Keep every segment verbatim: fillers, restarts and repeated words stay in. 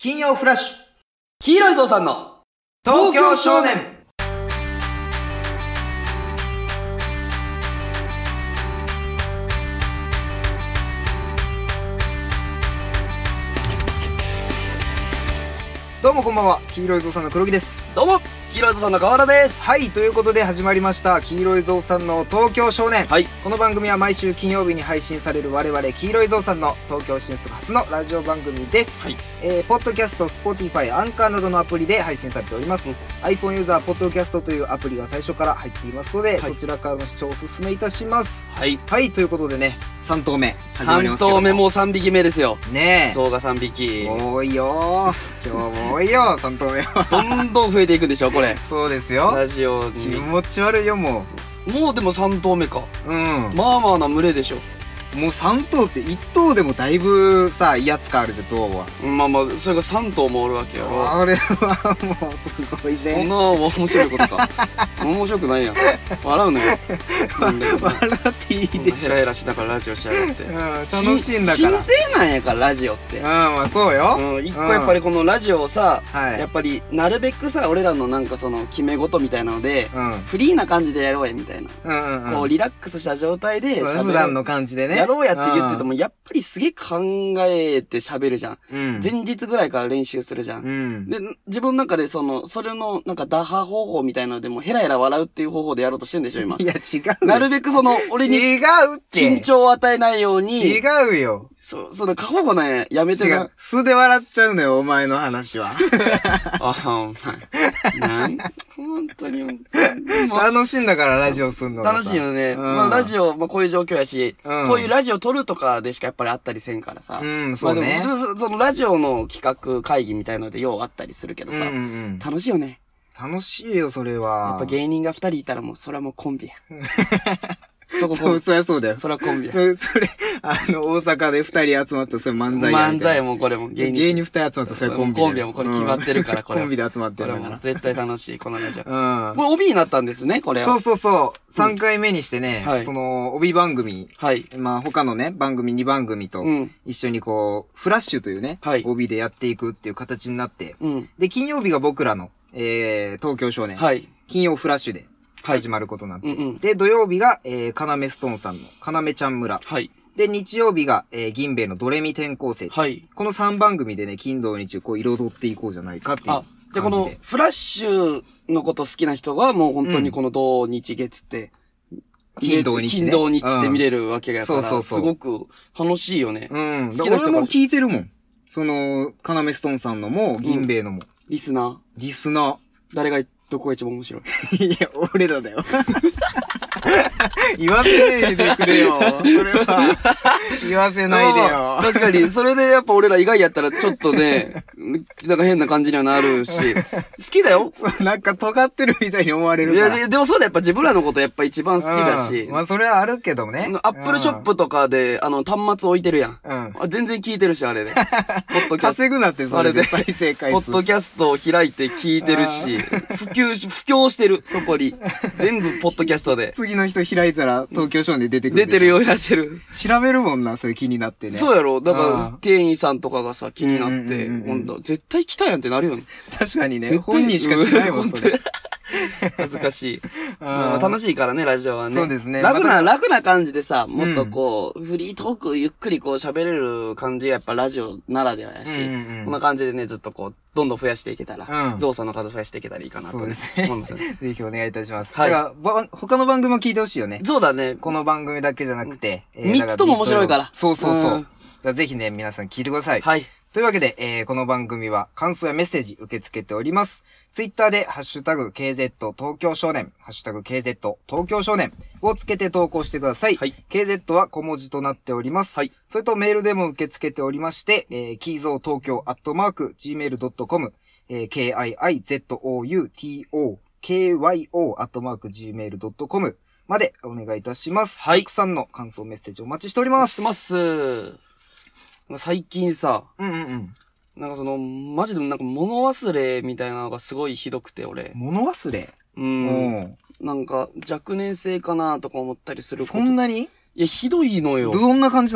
金曜フラッシュ黄色いぞうさんの東京少年。どうもこんばんは、黄色いぞうさんの黒木です。 どうも黄色いぞうさんの河原です。 はい、ということで始まりました黄色いぞうさんの東京少年。 はい、 この番組は毎週金曜日に配信される我々黄色いぞうさんの東京進出初のラジオ番組です。 はい、 えー、ポッドキャスト、Spotify、アンカーなどのアプリで配信されております、うん、iPhone ユーザーポッドキャストというアプリが最初から入っていますので、はい、そちらからの視聴をお勧めいたします。はい、はい、ということでね、さん頭目始まりますけども、 さん頭目もうさんびきめですよ。 ねえ、 象がさんびき多いよ今日も多いよさん頭目はどんどん増えていくんでしょこれ。そうですよ、 ラジオに気持ち悪いよ。もうもうでもさん頭目か。 うん、 まあまあな群れでしょ。 もうさん頭っていっ頭でもだいぶさ威圧感あるじゃん、象は。 まあまあそれがさん頭もおるわけやろ。 あれはもうすごいね。 そんな面白いことか面白くないやん。笑うのよ笑っていいでしょ。 ヘラヘラしながらラジオしやがって、うん、 楽しいんだから。 神聖なんやからラジオって。うん、 まあそうよ、 うん、一個やっぱりこのラジオをさ、うん、やっぱりなるべくさ俺らのなんかその決め事みたいなので、うん、フリーな感じでやろうやみたいな、うんうんうん、こうリラックスした状態で普段の感じでねやろうやって言ってても、やっぱりすげえ考えて喋るじゃん、うん、前日ぐらいから練習するじゃん、うん、で自分の中でそのそれのなんか打破方法みたいなのでもヘラヘラ笑うっていう方法でやろうとしてるんでしょ今。 いや違う、 なるべくその俺に違うって緊張を与えないように。 違うよ、 そその過保護なややめてな。 素で笑っちゃうのよお前の話はあお前なん本当に楽しいんだからラジオすんのが楽しいよね、うん、まあラジオ、まあ、こういう状況やし、うん、こういうラジオ撮るとかでしかやっぱりあったりせんからさ、うん、そうね、まあ、でもそのラジオの企画会議みたいのでようあったりするけどさ、うんうんうん、楽しいよね。 楽しいよそれは。 やっぱ芸人がふたりいたらもうそれはもうコンビやそこそう、そりゃそうだよ。 それはコンビや。 それ、それ、あの、大阪で二人集まったらそれ漫才やみたいな。 漫才もこれも芸人。芸人二人集まったらそれコンビだよ。 コンビはもうこれ決まってるから、これ。 コンビで集まってるから。絶対楽しい、このラジオ。 うん。 これ帯になったんですね、これは。 そうそうそう。さんかいめにしてね、うん、その、帯番組。はい。まあ、他のね、番組にばん組と、一緒にこう、フラッシュというね、はい。帯でやっていくっていう形になって、うん。で、金曜日が僕らの、えー、東京少年。はい。金曜フラッシュで。始まることになって、はい、うんうん、で、土曜日が、えー、カナメストーンさんの、カナメちゃん村。はい。で、日曜日が、えー、銀兵衛のドレミ転校生。はい。このさんばん組でね、金土日をこう彩っていこうじゃないかっていう感じで。 あ、じゃあこの、フラッシュのこと好きな人はもう本当にこの土日月って、 うん、金土日ね。 金土日って見れるわけやから、うん、 そうそうそう。 すごく楽しいよね。 うん。好きな人俺も聞いてるもん。その、カナメストーンさんのも、銀兵衛のも、うん。 リスナーリスナー。 誰がどこが一番面白い？ いや、俺らだよ。言わせないでくれよ。それは、言わせないでよ。 確かに、それでやっぱ俺ら意外やったらちょっとね、なんか変な感じにはなるし、好きだよ。 なんか尖ってるみたいに思われるから。 いや、でもそうだ、やっぱ自分らのことやっぱ一番好きだし。 まあそれはあるけどね。 アップルショップとかで、あの、端末置いてるやん。うん。全然聞いてるし、あれで。ポッドキャスト。 稼ぐなって、それで再生回数。 ポッドキャストを開いて聞いてるし、普及し、布教してる、そこに。全部ポッドキャストで。 次の人開いたら、東京少年出てくる。 出てるようになってる。 調べるもんな、それ気になってね。 そうやろ。だから、店員さんとかがさ、気になって、今度、絶対来たやんってなるよね。 確かにね。本人しかしないもん、それ。 恥ずかしい。まあ、楽しいからね、ラジオはね。 そうですね。 楽な、楽な感じでさ、もっとこう、フリートークゆっくりこう喋れる感じがやっぱラジオならではやし、こんな感じでね、ずっとこう、どんどん増やしていけたら、ゾウさんの数増やしていけたらいいかなと思いますね。 ぜひお願いいたします。はい。だから他の番組も聞いてほしいよね。 そうだね。 この番組だけじゃなくて。 三つとも面白いから。 そうそうそう。ぜひね、皆さん聞いてください。はい。というわけで、えー、この番組は感想やメッセージ受け付けております。ツイッターで、ハッシュタグ ケーゼット 東京少年、ハッシュタグ ケーゼット 東京少年をつけて投稿してください。はい。ケーゼット は小文字となっております。はい。それとメールでも受け付けておりまして、えー、キーゾー東京アットマーク ジーメールドットコム、えー、ケーアイアイゼットオーユーティーオーケーワイオー アットマーク ジーメールドットコム までお願いいたします。はい。たくさんの感想メッセージお待ちしております。 お待ちしてます。最近さ、 うんうんうん。 なんかその、マジでなんか物忘れみたいなのがすごいひどくて、俺。 物忘れ？ うん。なんか若年性かなとか思ったりすること。 そんなに？ いや、ひどいのよ。 どんな感じなの？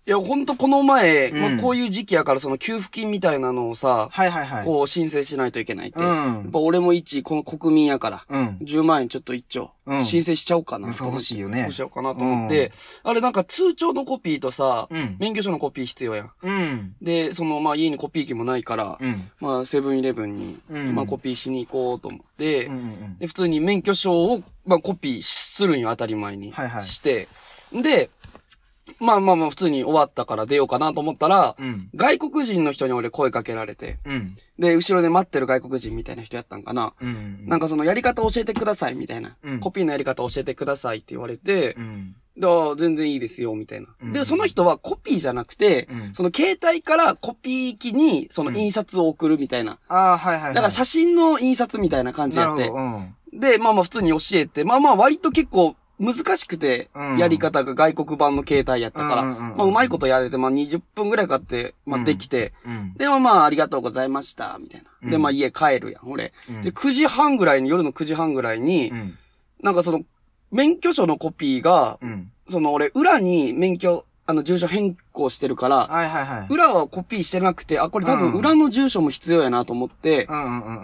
いや、ほんとこの前、うん、まあこういう時期やからその給付金みたいなのをさ、はいはいはい。こう申請しないといけないって。うん、やっぱ俺も一、この国民やから、うん、じゅうまんえんちょっと一丁、うん、申請しちゃおうかなと思って。 欲しいよね。 どうしようかなと思って、うん、あれなんか通帳のコピーとさ、うん、免許証のコピー必要やん。うん、で、そのまあ家にコピー機もないから、うん、まあセブンイレブンに、うん、まあコピーしに行こうと思って、うんうん、で、普通に免許証を、まあコピーするんよ、当たり前に。はいはい、して、で、まあまあまあ普通に終わったから出ようかなと思ったら、うん、外国人の人に俺声かけられて、うん、で、後ろで待ってる外国人みたいな人やったんかな。うんうん、なんかそのやり方教えてくださいみたいな、うん。コピーのやり方教えてくださいって言われて、うん、で全然いいですよみたいな、うん。で、その人はコピーじゃなくて、うん、その携帯からコピー機にその印刷を送るみたいな。うん、ああ、はいはい、はい。だから写真の印刷みたいな感じやって。うん、で、まあまあ普通に教えて、まあまあ割と結構、難しくて、やり方が外国版の携帯やったから、うんうんうんうん、まあうまいことやれて、まあにじゅっぷんぐらいかかって、まあできて、うん、でもまあありがとうございました、みたいな。うん、でまあ家帰るやん、俺、うん。で、くじはんぐらいに、夜のくじはんぐらいに、うん、なんかその、免許証のコピーが、うん、その俺、裏に免許、あの、住所変更してるから、はいはいはい、裏はコピーしてなくて、あ、これ多分裏の住所も必要やなと思って、うん、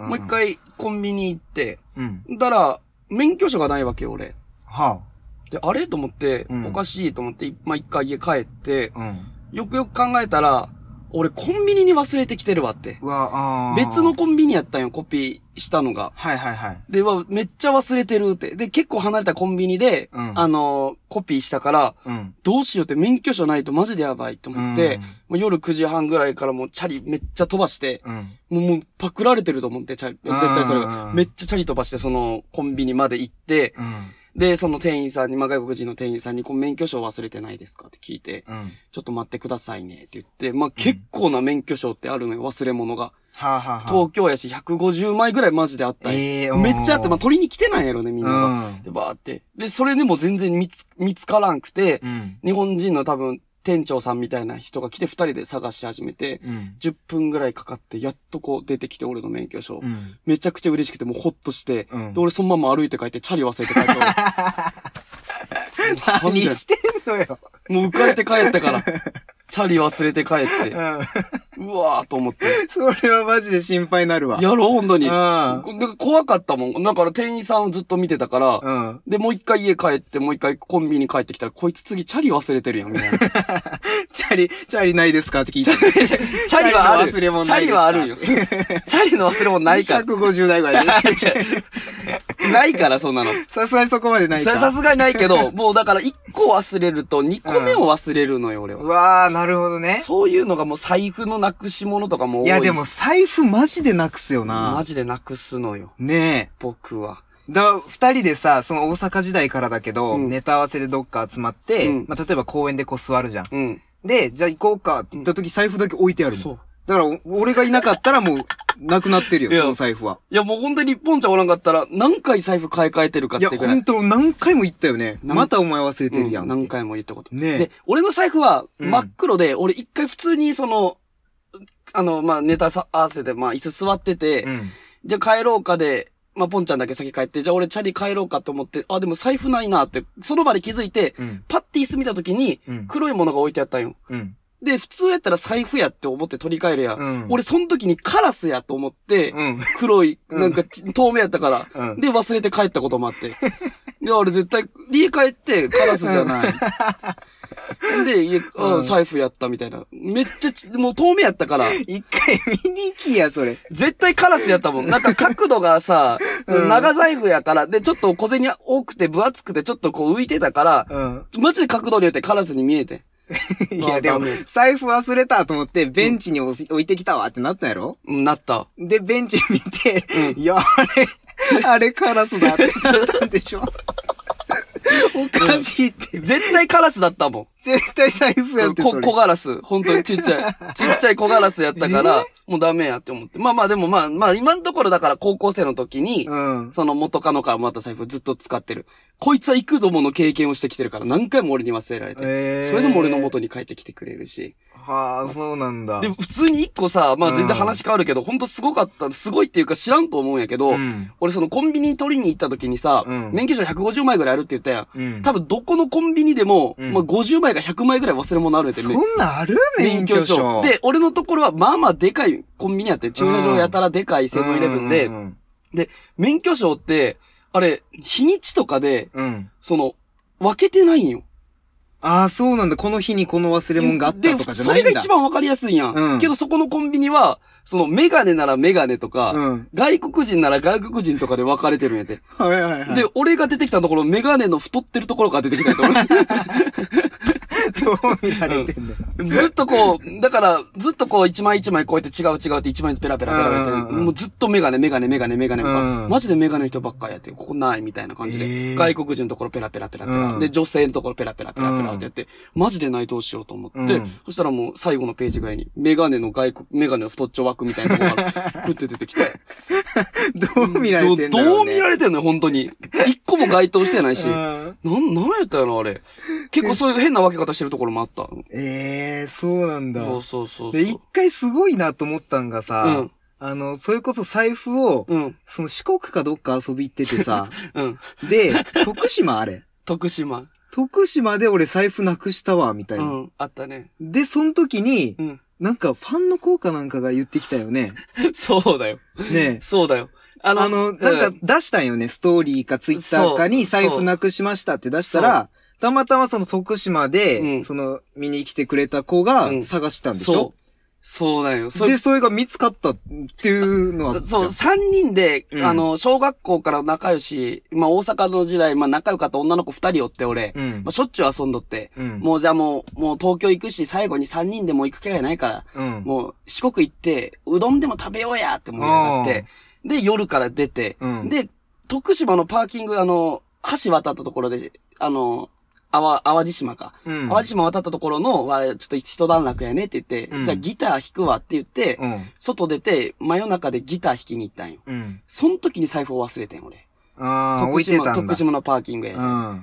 もう一回コンビニ行って、うん、だから、免許証がないわけよ、俺。はあ、で、あれと思って、うん、おかしいと思って、まあ、一回家帰って、うん、よくよく考えたら、俺コンビニに忘れてきてるわって。うわ、あ別のコンビニやったんよ、コピーしたのが。はいはいはい。で、わ、めっちゃ忘れてるって。で、結構離れたコンビニで、うん、あのー、コピーしたから、うん、どうしようって免許証ないとマジでやばいと思って、うん、もう夜くじはんぐらいからもうチャリめっちゃ飛ばして、うん、もうもうパクられてると思って、チャリ、絶対それが。めっちゃチャリ飛ばして、そのコンビニまで行って、うんで、その店員さんに、まあ、外国人の店員さんに、こう、免許証忘れてないですかって聞いて、うん、ちょっと待ってくださいねって言って、まあ、結構な免許証ってあるのよ、忘れ物が。はあはあ、東京やし、ひゃくごじゅうまいぐらいマジであったよ。えー、めっちゃあって、まあ、取りに来てないやろね、みんなが。うん、で、バーって。で、それでも全然見つ、見つからんくて、うん、日本人の多分、店長さんみたいな人が来て二人で探し始めて、うん、じゅっぷんぐらいかかって、やっとこう出てきて、俺の免許証。うん、めちゃくちゃ嬉しくて、もうほっとして、うん、で、俺そのまま歩いて帰って、チャリ忘れて帰った。 何してんのよ。 もう浮かれて帰ったから。チャリ忘れて帰って。うん、うわーと思って。 それはマジで心配になるわ。 やろう、ほんとに。うん。怖かったもん。だから店員さんをずっと見てたから、うん、で、もう一回家帰って、もう一回コンビニ帰ってきたら、こいつ次チャリ忘れてるやん、みたいな。 チャリ、チャリないですかって聞いて。 チャリはある。チャリはあるよ。チャリの忘れ物ないから。 ひゃくごじゅうだいぐらいで。 ないから、そんなの。 さすがにそこまでないか。 さすがにないけど、もうだからいっこ忘れるとにこめを忘れるのよ、俺は。 うわー、なるほどね。 そういうのがもう財布のなくし物とかも多い。 いやでも財布マジでなくすよな。 マジでなくすのよ。 ねえ。 僕は。 だ、二人でさ、その大阪時代からだけど、うん、ネタ合わせでどっか集まって、うん、まあ、例えば公園でこう座るじゃん。うん、で、じゃあ行こうかって言った時、財布だけ置いてあるの。そう。だから、俺がいなかったらもう、なくなってるよ、その財布は。 いや、もう本当に日本ちゃんおらんかったら、何回財布買い替えてるかってぐらい。 いや、本当何回も言ったよね。またお前忘れてるやん、 うん。何回も言ったこと。ねで、俺の財布は真っ黒で、うん、俺一回普通にその、あの、まあ、ネタ合わせで、まあ、椅子座ってて、うん、じゃあ帰ろうかで、まあ、ポンちゃんだけ先帰って、じゃあ俺チャリ帰ろうかと思って、あ、でも財布ないなって、その場で気づいて、うん、パッて椅子見た時に、黒いものが置いてあったんよ。うんで、普通やったら財布やって思って取り替えるやん。うん、俺、その時にカラスやと思って、うん、黒い、なんか、透明やったから、うん、で、忘れて帰ったこともあって。いや、俺絶対、家帰ってカラスじゃない。うん、で、家、うん、財布やったみたいな。めっちゃ、もう透明やったから。 一回見に行きや、それ。 絶対カラスやったもん。なんか角度がさ、うん、長財布やから、で、ちょっと小銭多くて分厚くてちょっとこう浮いてたから、うん、マジで角度によってカラスに見えて。 いやでも、財布忘れたと思って、ベンチに置いてきたわってなったんやろ？ うん、なった。 で、ベンチ見て、うん、いや、あれ、あれカラスだってなったんでしょ？おかしいって、 うん。絶対カラスだったもん。 絶対財布やってそれ。 小ガラス。ほんとにちっちゃい。ちっちゃい小ガラスやったから、 もうダメやって思って。まあまあでもまあまあ今のところだから高校生の時に、うん、その元カノからもらった財布をずっと使ってる。こいつは幾度もの経験をしてきてるから何回も俺に忘れられて。えー、それでも俺の元に帰ってきてくれるし。 はあ、そうなんだ。 で、普通に一個さ、まあ全然話変わるけど、うん、ほんとすごかった、すごいっていうか知らんと思うんやけど、うん、俺そのコンビニ取りに行った時にさ、うん、免許証ひゃくごじゅうまいぐらいあるって言ったやん。うん、多分どこのコンビニでも、うん、まあごじゅうまいかひゃくまいぐらい忘れ物あるって。 そんなある免許証。 で、俺のところはまあまあでかいコンビニやって、駐車場やたらでかいセブンイレブンで、で、免許証って、あれ、日にちとかで、うん、その、分けてないんよ。 ああ、そうなんだ。この日にこの忘れ物があったとかじゃないんだ。 で、それが一番わかりやすいやん。うん、けどそこのコンビニは、そのメガネならメガネとか、うん、外国人なら外国人とかで分かれてるんやて。 はいはいはい。 で、俺が出てきたところ、メガネの太ってるところから出てきたところ。 どう見られてんだよ、 うん。ずっとこう、だから、ずっとこう一枚一枚こうやって違う違うって一枚ずつペラペラペラペラって、うんうんうん、もうずっとメガネメガネメガネメガネ、うん、マジでメガネの人ばっかりやって、ここないみたいな感じで、えー、外国人のところペラペラペラペラ、うん、で、女性のところペラペラペラペラってやって、うん、マジでないどうしようと思って、うん、そしたらもう最後のページぐらいに、メガネの外国、メガネの太っちょ枠みたいなところが、ふって出てきて。 どう見られてんだろう、ね、 どう見られてんのよ、本当に。一個も該当してないし。なん、なんやったよな、あれ。結構そういう変な分け方してるところもあった。 ええー、そうなんだ。 そうそうそうそう。 で、一回すごいなと思ったんがさ、うん、あの、それこそ財布を、うん、その四国かどっか遊び行っててさ、うん、で、徳島あれ。 徳島。 徳島で俺財布なくしたわ、みたいな。うん、あったね。 で、その時に、うん、なんかファンの効果なんかが言ってきたよね。 そうだよ。 ねそうだよ。 あの、あの、なんか出したんよね、ストーリーかツイッターかに財布なくしましたって出したら、たまたまその徳島で、うん、その見に来てくれた子が探したんでしょ、うん、そう。 そうだよ。 そで、それが見つかったっていうのは。 そう、三人で、うん、あの、小学校から仲良し、まあ大阪の時代、まあ仲良かった女の子二人おって俺、うん、まあしょっちゅう遊んどって、うん、もうじゃあもう、もう東京行くし、最後に三人でも行く機会ないから、うん、もう四国行って、うどんでも食べようやって盛り上がって、で、夜から出て、うん、で、徳島のパーキング、あの、橋渡ったところで、あの、あわ、淡路島か。うん、淡路島渡ったところの、は、ちょっと一段落やねって言って、うん、じゃあギター弾くわって言って、うん、外出て、真夜中でギター弾きに行ったんよ。うん、その時に財布を忘れてん、俺。 ああ、 徳島、 徳島のパーキングへ、うん。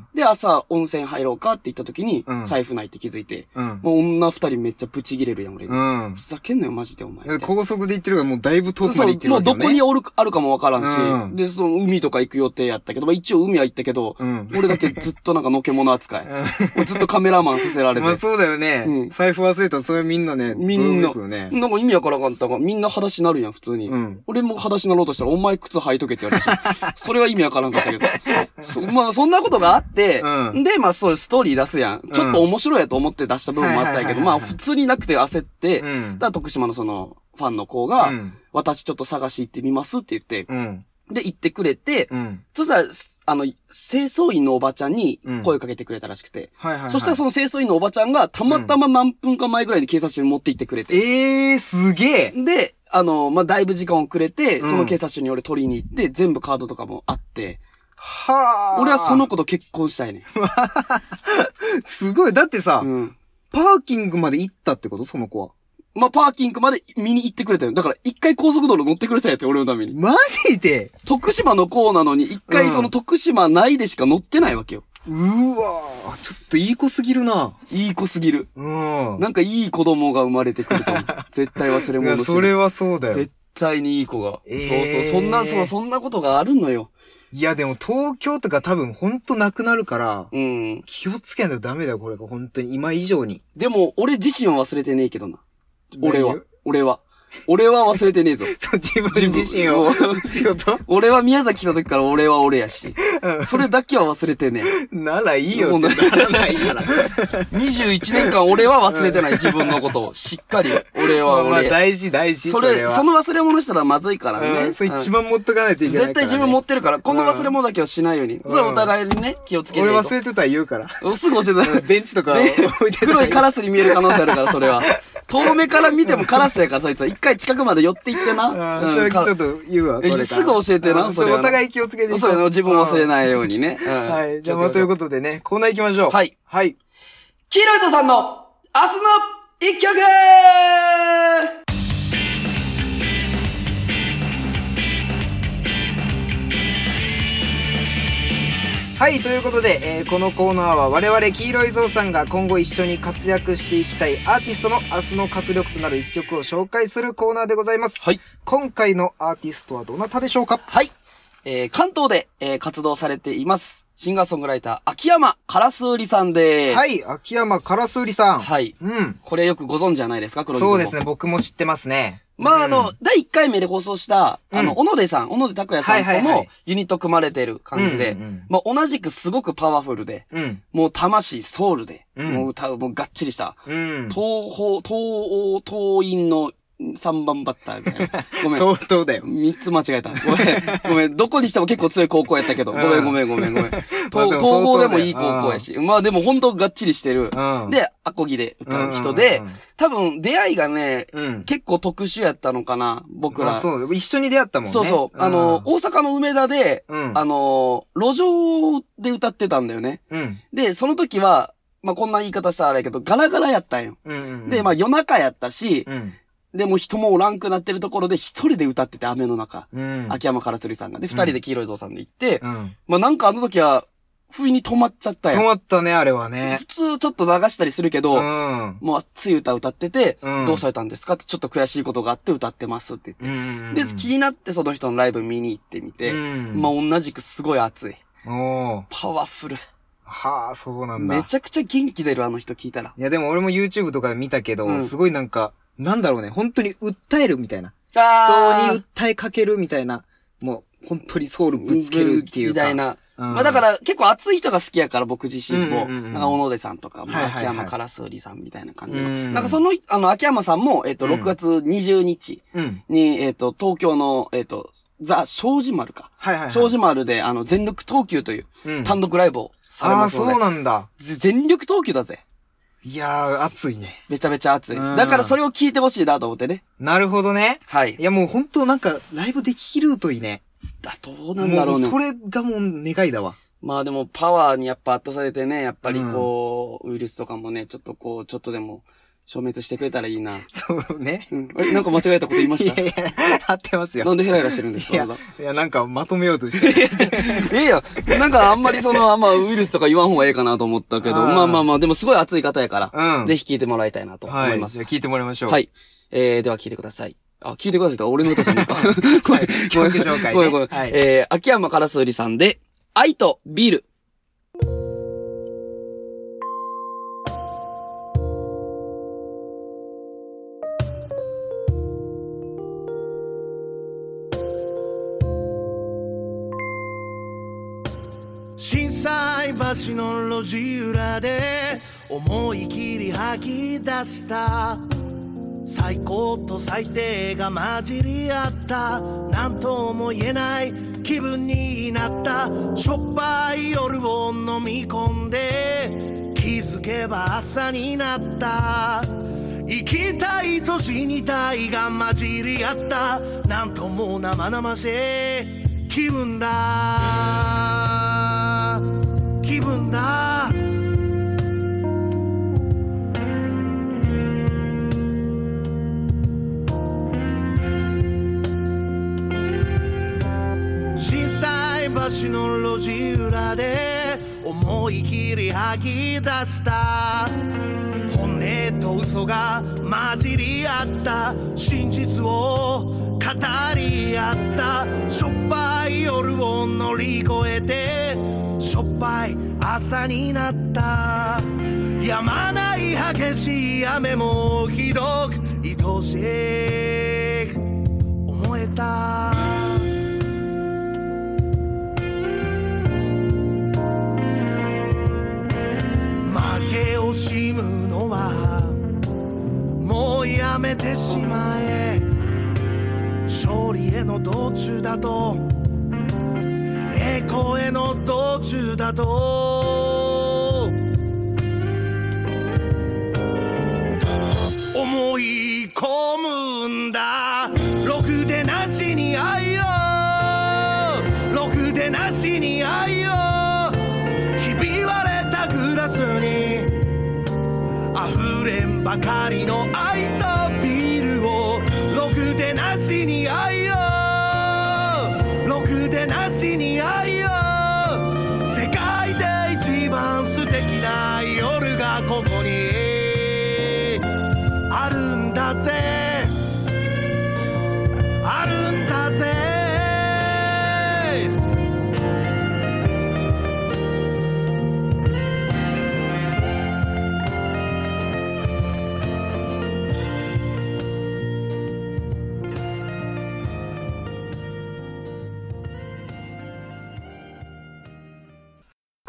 で、朝温泉入ろうかって言った時に、うん、財布ないって気づいて、うん、もう女二人めっちゃブチギレるやん、俺。うん、ふざけんなよ、マジでお前。 高速で行ってるからもうだいぶ遠くまで行ってるわけよね。 もうどこにおる、あるかもわからんし、うん、で、その海とか行く予定やったけど、まあ一応海は行ったけど、うん、俺だけずっとなんかのけ者扱い。もうずっとカメラマンさせられて。 まあそうだよね。うん、財布忘れたらそれみんなね、 みんな、ね、なんか意味わからんかったから、みんな裸足になるやん、普通に。うん、俺も裸足になろうとしたら、お前靴履いとけって言われたし、それは意味わからんかったけど。そまあ、そんなことがあって、うん、で、まあ、そういうストーリー出すやん。ちょっと面白いやと思って出した部分もあったんやけど、まあ、普通になくて焦って、うん、だから徳島のその、ファンの子が、うん、私ちょっと探し行ってみますって言って、うん、で、行ってくれて、うん、そしたら、あの、清掃員のおばちゃんに声かけてくれたらしくて、うんはいはいはい、そしたらその清掃員のおばちゃんが、たまたま何分か前ぐらいに警察署に持って行ってくれて。 うん、えー、すげえで、あの、まあ、だいぶ時間をくれて、その警察署に俺取りに行って、全部カードとかもあって、 はあ。俺はその子と結婚したいね。 すごい。だってさ、うん、パーキングまで行ったってことその子は。 まあ、パーキングまで見に行ってくれたよ。だから、一回高速道路乗ってくれたやって、俺のために。 マジで徳島の子なのに、一回その徳島内でしか乗ってないわけよ。 うーわー。ちょっといい子すぎるな。 いい子すぎる。うん。なんかいい子供が生まれてくると思う。絶対忘れ物しない。 それはそうだよ。 絶対にいい子が。えー、そうそう。そんな、そう、そんなことがあるのよ。 いやでも東京とか多分ほんとなくなるから、うん。気をつけないとダメだよ、これが本当に。今以上に。 でも、俺自身は忘れてねえけどな。俺は。俺は。俺は忘れてねえぞ。 そう、自分自身を。 俺は宮崎来た時から俺は俺やし。うん、それだけは忘れてねえ。ならいいよって。ならないから。 にじゅういちねんかん俺は忘れてない、自分のことを。しっかり。俺は俺。 まあ大事大事。 それ、それその忘れ物したらまずいからね。 うん、それ一番持っとかないといけないから、ね。 絶対自分持ってるから、この忘れ物だけはしないように。うん、それはお互いにね、気をつけて。 俺忘れてたら言うから。 すぐ教えてた。 ベンチとか置いてた。 黒いカラスに見える可能性あるから、それは。遠目から見てもカラスやから、そいつは。一回近くまで寄っていってな。 うん、それちょっと言うわ。 すぐ教えてな、 それ。お互い気をつけていそう、自分忘れないようにね。 はい。じゃあ、まあ、ということでね、コーナー行きましょう。 はい。 はい。 黄色いとさんの、明日の一曲はい、ということで、えー、このコーナーは我々黄色いぞうさんが今後一緒に活躍していきたいアーティストの明日の活力となる一曲を紹介するコーナーでございます。 はい。 今回のアーティストはどなたでしょうか？ はい。えー、関東で、えー、活動されています。シンガーソングライター、秋山烏瓜さんです。 はい、秋山烏瓜さん。 はい。うん。これよくご存知じゃないですか、黒そうですね、僕も知ってますね。 まあ、うん、あの、だいいっかいめで放送した、うん、あの、小野出さん、小野出拓也さんともユニット組まれてる感じで、まあ、同じくすごくパワフルで、うん、もう魂、ソウルで、うん、もう歌う、もうがっちりした、うん、東方、東欧、東院の、さんばんバッターみたいな。ごめん。 相当だよ。 みっつ間違えた。ごめん。ごめん。どこにしても結構強い高校やったけど。ごめんごめんごめんごめん。東方でもいい高校やし。まあでも本当がっちりしてる。うん、で、アコギで歌う人で、多分出会いがね、うん、結構特殊やったのかな、僕ら。 あ、そう。一緒に出会ったもんね。 そうそう。あの、大阪の梅田で、うん、あの、路上で歌ってたんだよね。うん、で、その時は、まあこんな言い方したらあれやけど、ガラガラやったんよ。うんうんうん、で、まあ夜中やったし、うんで、もう人もおらんくなってるところで一人で歌ってて雨の中。うん、秋山烏瓜さんが。で、二人で黄色いぞうさんで行って、うん、まあなんかあの時は、不意に止まっちゃったやん。 止まったね、あれはね。 普通ちょっと流したりするけど、うん、もう熱い歌歌ってて、うん、どうされたんですかってちょっと悔しいことがあって歌ってますって言って。うん、で、気になってその人のライブ見に行ってみて、うん、まあ同じくすごい熱い。パワフル。 はあ、そうなんだ。 めちゃくちゃ元気出るあの人聞いたら。 いやでも俺も YouTube とか見たけど、うん、すごいなんか、なんだろうね、本当に訴えるみたいな。人に訴えかけるみたいな。もう、本当にソウルぶつけるっていうか。 みたいな。うん、まあだから結構熱い人が好きやから僕自身も。うんうんうん、なんか小野出さんとか、まあ、秋山烏瓜さんみたいな感じの。はいはいはい、なんかその、あの、秋山さんも、えっ、ー、と、ろくがつにじゅうにちに、うん、えっ、ー、と、東京の、えっ、ー、と、ザ・庄司丸か。はいはいはい。庄司丸で、あの、全力投球という単独ライブをされますので。 ああ、そうなんだ。 全力投球だぜ。 いやー、熱いね。 めちゃめちゃ熱い。だからそれを聞いてほしいなと思ってね。 なるほどね。 はい。 いやもう本当なんか、ライブできるといいね。 だ、どうなんだろうね。 もうそれがもう願いだわ。 まあでも、パワーにやっぱ圧倒されてね、やっぱりこう、うん、ウイルスとかもね、ちょっとこう、ちょっとでも、消滅してくれたらいいな。 そうね。 うん。え、なんか間違えたこと言いました？ いやいや、合ってますよ。 なんでヘラヘラしてるんですか？ いや、いやなんかまとめようとして。 いや、なんかあんまりその、あんまウイルスとか言わん方がええかなと思ったけど、まあまあまあ、でもすごい熱い方やから、うん、ぜひ聞いてもらいたいなと思います。 はい、聞いてもらいましょう。 はい。えー、では聞いてください。あ、聞いてくださいと俺の歌じゃねえか。 ごめん、曲紹介ね。 ごめんごめん。はい、えー、秋山烏瓜さんで、愛とビール。 心斎橋の路地裏で思い切り吐き出した最高と最低が混じり合った何とも言えない気分になったしょっぱい夜を飲み込んで気づけば朝になった生きたいと死にたいが混じり合ったなんとも生々しい気分だ気分だ心斎橋の路地裏で思い切り吐き出した本音と嘘が混じり合った真実を語り合ったしょっぱい夜を乗り越えてしょっぱい朝になった止まない激しい雨もひどく愛しい思えた負け惜しむのはもうやめてしまえ勝利への道中だと栄光への道中だと思い込むんだろくでなしに愛よろくでなしに愛よひび割れたグラスに溢れんばかりの愛とビールをろくでなしに愛よろくでなしに愛よ世界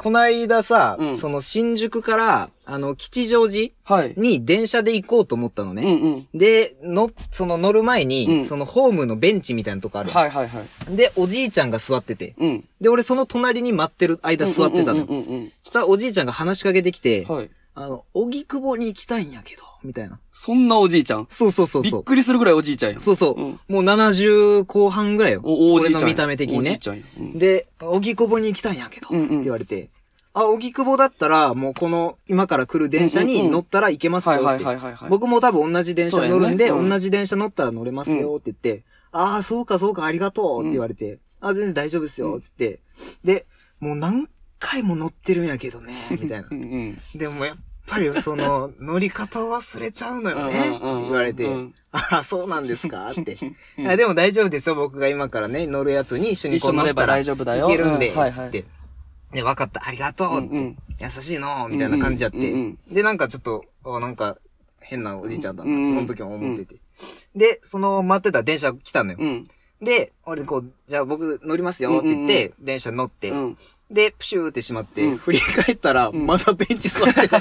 こないださ、うん、その新宿から、あの、吉祥寺に電車で行こうと思ったのね。うんうん、で、の、その乗る前に、うん、そのホームのベンチみたいなとこある。はいはいはい。で、おじいちゃんが座ってて。うん、で、俺その隣に待ってる間座ってたの。したらおじいちゃんが話しかけてきて、はい、あの、荻窪に行きたいんやけど、みたいな。 そんなおじいちゃん？ そうそうそうそう。 びっくりするぐらいおじいちゃんや。 そうそう。うん、もうななじゅうこう半ぐらいよ。お、おじいちゃん。俺の見た目的にね。おじいちゃんや。うん、で、荻窪に行きたいんやけど、うんうん、って言われて、あ、荻窪だったら、もうこの、今から来る電車に乗ったら行けますよって。僕も多分同じ電車乗るんで、ねうん、同じ電車乗ったら乗れますよって言って、うん、ああ、そうかそうか、ありがとうって言われて、うん、あ、全然大丈夫ですよって言って、で、もう何回も乗ってるんやけどね、みたいな。うん、でもやっぱりその、乗り方忘れちゃうのよね、言われて、ああ、そうなんですかって。あ。でも大丈夫ですよ、僕が今からね、乗るやつに一緒にこう乗ったらいけるんで、つって。で、分かった、ありがとうって、うんうん、優しいのみたいな感じやって、うんうん、で、なんかちょっと、なんか、変なおじいちゃんだった、うんうん、その時も思ってて。うん、で、その待ってた電車来たのよ。うん、で、俺こう、じゃあ僕乗りますよって言って、うんうん、電車乗って、うん、で、プシューってしまって、うん、振り返ったら、まだベンチ座ってた。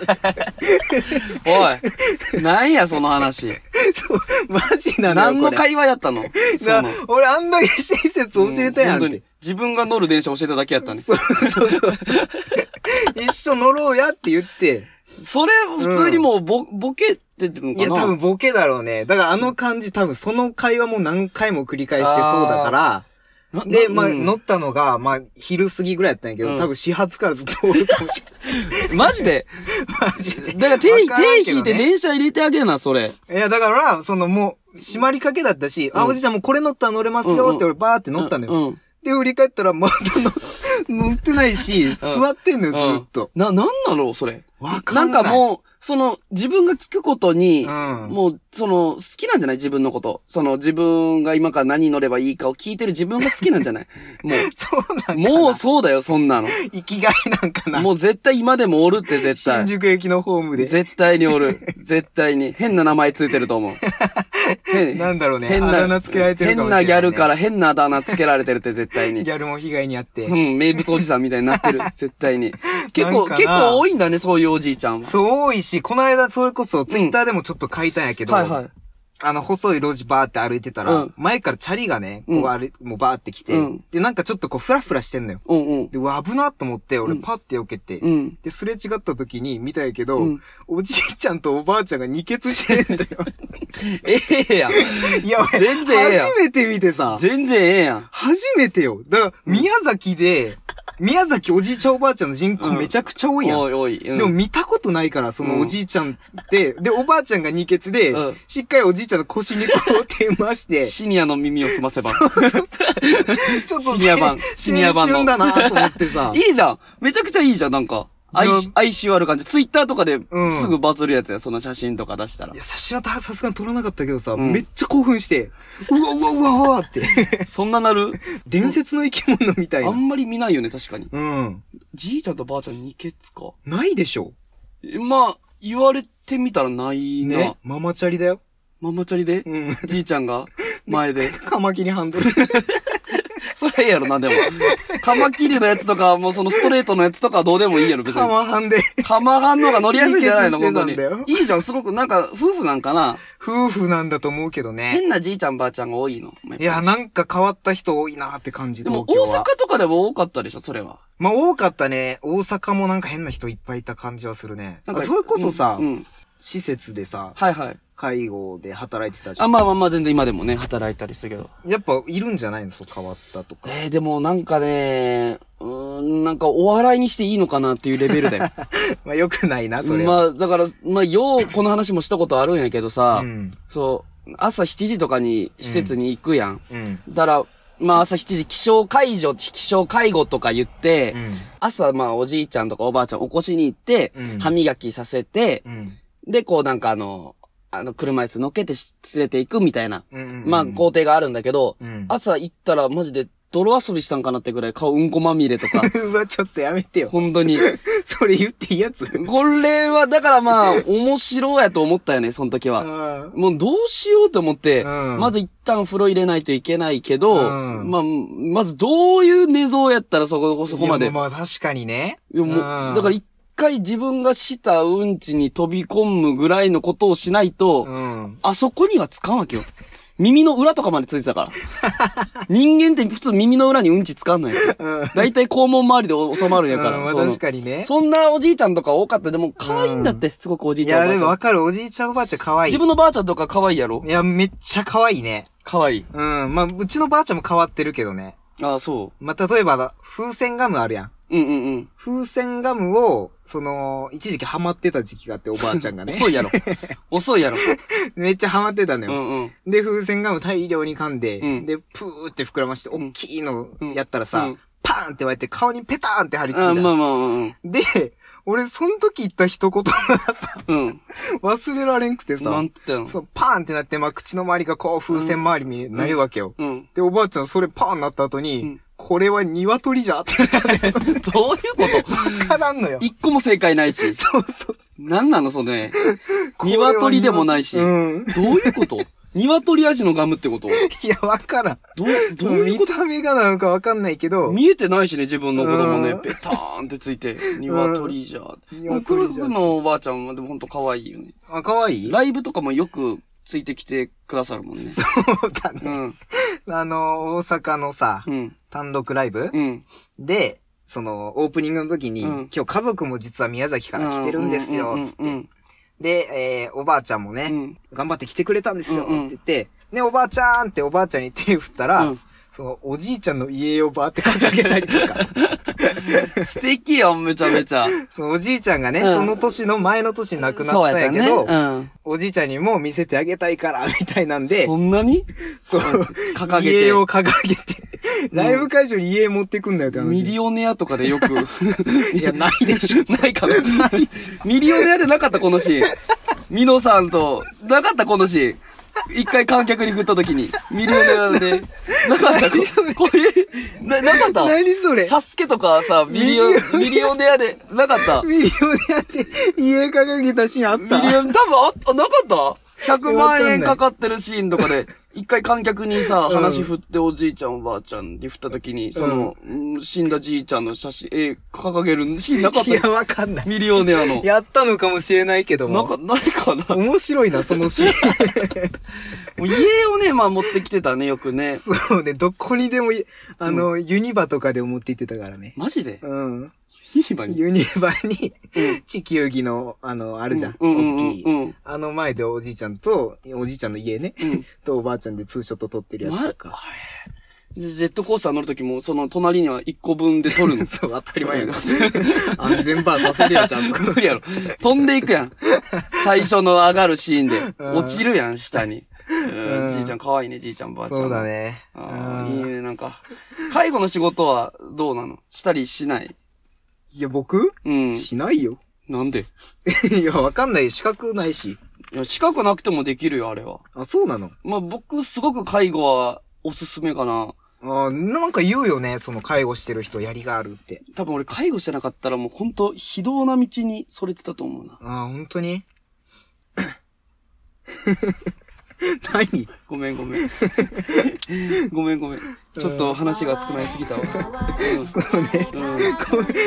おい、なんやその話。 そう、マジなのよ。 何の会話やったの？ 俺あんだけ親切教えたやんって、うん。本当に。 自分が乗る電車教えただけやったね。 そうそうそう。一緒乗ろうやって言って。 それ、普通にもうボ、うん、ボケって言ってるのかな？ いや、多分ボケだろうね。だからあの感じ、多分その会話も何回も繰り返してそうだから、で、まあ、うん、乗ったのが、まあ、昼過ぎぐらいやったんやけど、うん、多分始発からずっとおるかもしれない。 マジでマジで。だから手、手引いて電車入れてあげるな、それ。 いや、だから、そのもう、閉まりかけだったし、うん、あ、おじちゃんもうこれ乗ったら乗れますよって俺バーって乗ったのよ。うんうん、で、振り返ったらまだ乗ってないし、座ってんのよ、ずっと。 な、なんなのそれ。わかんない。なんかもう、その、自分が聞くことに、うん、もう、その、好きなんじゃない自分のこと。その、自分が今から何乗ればいいかを聞いてる自分が好きなんじゃないもう。 そうなんだ。 もうそうだよ、そんなの。 生きがいなんかな。 もう絶対今でもおるって絶対。 新宿駅のホームで。 絶対におる。絶対に。変な名前ついてると思う。 変なんだろうね。変な、あだ名つけられてるかもしれない、ね。 変なギャルから変なあだ名つけられてるって絶対に。 ギャルも被害にあって。 うん、名物おじさんみたいになってる。絶対に。結構、結構多いんだね、そういうおじいちゃんは。 そう、多いし、この間それこそツイッターでもちょっと書いたんやけど、うん、はいはい。あの、細い路地バーって歩いてたら、うん、前からチャリがね、こう歩い、うん、もうバーって来て、うん、で、なんかちょっとこうフラフラしてんのよ。うんうん、で、うわ、危なと思って、俺パッて避けて、うん、で、すれ違った時に見たんやけど、うん、おじいちゃんとおばあちゃんが二血してんだよ。 ええやん。 いや、俺、全然ええやん。初めて見てさ。 全然ええやん。 初めてよ。だから、宮崎で、宮崎おじいちゃんおばあちゃんの人口めちゃくちゃ多いやん。うん、多い多い、うん。でも見たことないから、そのおじいちゃんって、うん、で、おばあちゃんが二血で、うん、しっかりおじいちゃんの腰にこう手回して。 シニアの耳を澄ませば。 そうそうそうちょっとシニア版、シニア版の。 青春だなと思ってさ。 いいじゃん。めちゃくちゃいいじゃん、なんか。哀愁ある感じ。ツイッターとかですぐバズるやつや、その写真とか出したら。 いや、写真はさすがに撮らなかったけどさ、うん、めっちゃ興奮して、うわうわうわうわって。 そんななる伝説の生き物みたいな。 あんまり見ないよね、確かに。うん。じいちゃんとばあちゃん二血か。 ないでしょ。 まあ、言われてみたらないな。ね、 ママチャリだよ。 ママチャリでうん。じいちゃんが前で。 カマキリハンドル。 それええやろな、でも。カマキリのやつとか、もうそのストレートのやつとかはどうでもいいやろ、別に。 カマハンで。 カマハンの方が乗りやすいんじゃないの、本当に。いいじゃん、すごく、なんか、夫婦なんかな。 夫婦なんだと思うけどね。 変なじいちゃんばあちゃんが多いの。 いや、なんか変わった人多いなって感じ。 でも、大阪とかでも多かったでしょ、それは。 まあ、多かったね。大阪もなんか変な人いっぱいいた感じはするね。なんか、それこそさ、うんうん、施設でさ、はいはい。介護で働いてたじゃん。 あ、まあまあまあ全然今でもね、働いたりするけど。 やっぱいるんじゃないのそう変わったとか。 えー、でもなんかね、うーん、なんかお笑いにしていいのかなっていうレベルだよ。 まあ良くないな、それは。 まあ、だから、まあようこの話もしたことあるんやけどさ、うん、そう、朝しちじとかに施設に行くやん。うん。だから、まあ朝しちじ、起床介助、起床介護とか言って、うん、朝まあおじいちゃんとかおばあちゃん起こしに行って、うん、歯磨きさせて、うん、で、こうなんかあの、あの、車椅子乗っけて連れて行くみたいな、うんうんうん、まあ、工程があるんだけど、うん、朝行ったらマジで、 泥遊びしたんかなってぐらい顔うんこまみれとか。 うわ、ちょっとやめてよ。 本当に。 それ言っていいやつこれは、だからまあ、面白やと思ったよね、その時は。もうどうしようと思って、うん、まず一旦風呂入れないといけないけど、うん、まあ、まずどういう寝相やったらそこ、そこまで。 まあ確かにね。 いやもう、うん、だから一回自分がしたうんちに飛び込むぐらいのことをしないと、うん、あそこにはつかんわけよ。耳の裏とかまでついてたから。人間って普通耳の裏にうんちつかんのよ。だいたい肛門周りで収まるんやから。 うん、まあ確かにね。 そんなおじいちゃんとか多かった。でも可愛いんだって、うん、すごくおじいちゃんおばあちゃん。 いやでもわかる、おじいちゃんおばあちゃん可愛い。 自分のばあちゃんとか可愛いやろ？ いや、めっちゃ可愛いね。 可愛い。 うん。まあ、うちのばあちゃんも変わってるけどね。 ああ、そう。 まあ、例えば、風船ガムあるやん。 うんうんうん。 風船ガムを、その、一時期ハマってた時期があって、おばあちゃんがね。 遅いやろ。遅いやろ。 めっちゃハマってたのよ。 うんうん、 で、風船ガム大量に噛んで、うん、で、プーって膨らまして、大きいのやったらさ、うんうん、パーンって割って顔にペターンって張り付くじゃん。 あまあまあうん、 で、俺、その時言った一言がさ、うん、忘れられんくてさ、 なんて言ったの？ そう、パーンってなって、まあ、口の周りがこう、風船周りになるわけよ。うんうん、で、おばあちゃん、それパーンなった後に、うんこれは鶏じゃって言ったんだよ。 どういうことわからんのよ。 一個も正解ないし。 そうそう。 なんなのそれ。鶏でもないし。うん。どういうこと鶏味のガムってこと？いや、わからん。 どう、どういうこと？ 見た目がなのかわかんないけど。 見えてないしね、自分の子供ね。ペターンってついて。鶏じゃ。鶏じゃ。のおばあちゃんはでもほんと可愛いよね。 あ、可愛い？ ライブとかもよくついてきてくださるもんね。 そうだね。うん。あの、大阪のさ、うん、単独ライブ、うん、で、その、オープニングの時に、うん、今日家族も実は宮崎から来てるんですよ、つって。で、えー、おばあちゃんもね、うん、頑張って来てくれたんですよ、って言って、ね、おばあちゃんっておばあちゃんに手振ったら、うんその、おじいちゃんの家よばって掲げたりとか。 素敵よ、めちゃめちゃ。 そう、おじいちゃんがね、うん、その年の前の年亡くなったんやけど、ねうん、おじいちゃんにも見せてあげたいから、みたいなんで。 そんなにそう、掲げて。家を掲げて。ライブ会場に家持ってくんだよって話。 ミリオネアとかでよく。 いや、ないでしょ。 ないかな。ないミリオネアでなかった、このシーン。ミノさんと、なかった、このシーン。一回観客に振った時に、ミリオネアで、なかったここういう、な、なかった何それサスケとかさ、ミリオ、ミリオネアで、なかったミリオネアで家掲げたシーンあったミリオネア、多分あ、なかったひゃくまんえんかかってるシーンとかで、一回観客にさ、話振っておじいちゃんおばあちゃんに振った時に、その、うん、死んだじいちゃんの写真、絵掲げるシーンなかったいや、わかんない。 ミリオネアの。 やったのかもしれないけども。 なんか、ないかな面白いな、そのシーン。 もう家をね、まあ持ってきてたね、よくね。 そうね、どこにでも、あの、うん、ユニバとかで持って行ってたからね。 マジでうん。 ユニバにユニバに、地球儀の、あの、あるじゃん。 うん、大きい、 うん。あの前でおじいちゃんと、おじいちゃんの家ね、うん、とおばあちゃんでツーショット撮ってるやつとか。ま、 ジェットコースター乗るときも、その隣にはいっこぶんで撮るの。 そう、当たり前やな。安全バーさせるやん、ちゃんと。 無理やろ。飛んでいくやん。最初の上がるシーンで。落ちるやん、下に。うん、じいちゃん可愛いね、じいちゃんばあちゃん。 そうだね。 ああ、いいね、なんか。介護の仕事はどうなの？したりしない？ いや、僕うん。しないよ。 なんでいや、わかんない。資格ないし。 いや、資格なくてもできるよ、あれは。 あ、そうなの？ まあ、僕、すごく介護はおすすめかな。 あなんか言うよね、その介護してる人やりがあるって。 多分俺介護してなかったらもうほんと非道な道にそれてたと思うな。 ああ、ほんとに何ごめんごめん。ごめんごめん。ちょっと話が熱くなりすぎたわ。 うん、そうね。うん、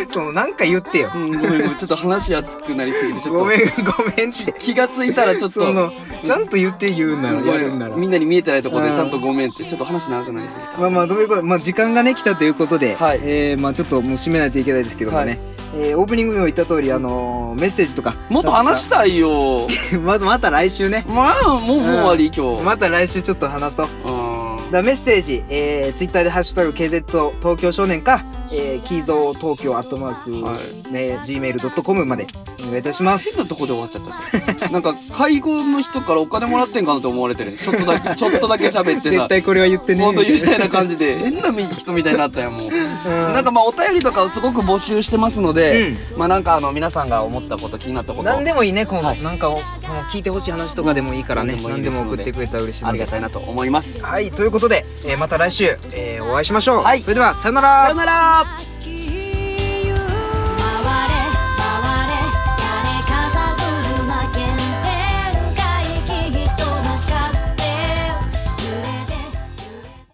その、なんか言ってよ。 うん、ごめんごめん。ちょっと話熱くなりすぎて、ちょっと。 ごめん、ごめんって。 気がついたらちょっと。その、 ちゃんと言って言うんなら、やるんなら。 みんなに見えてないところでちゃんとごめんって、ちょっと話長くなりすぎた。 まあまあ、どういうこと、まあ時間がね、来たということで、はい。えー、まあちょっともう締めないといけないですけどもね。はい、えー、オープニングにも言った通り、あのー、メッセージとか。 もっと話したいよ。 まずまた来週ね。 まあ、もう、もう終わり、今日。 また来週ちょっと話そう。だメッセージ、えー、ツイッターでハッシュタグ ケーゼット 東京少年か、えー、キーゾー東京アットマーク、はい、ジーメールドットコム まで、えお願いいたします。 変なとこで終わっちゃったじゃん。なんか介護の人からお金もらってんかなと思われてる。ちょっとだけちょっとだけ喋ってさ。 絶対これは言ってね。 ほんとみたいな感じで変な人みたいになったよもう。うん、なんかまあお便りとかをすごく募集してますので、うん、まあなんかあの皆さんが思ったこと気になったこと。 何でもいいね。この、はい、なんか聞いてほしい話とかでもいいからね。何でも送ってくれたら嬉しいので。 ありがたいなと思います。 はいということで、えー、また来週、えー、お会いしましょう。はい。それではさよなら。 さよなら。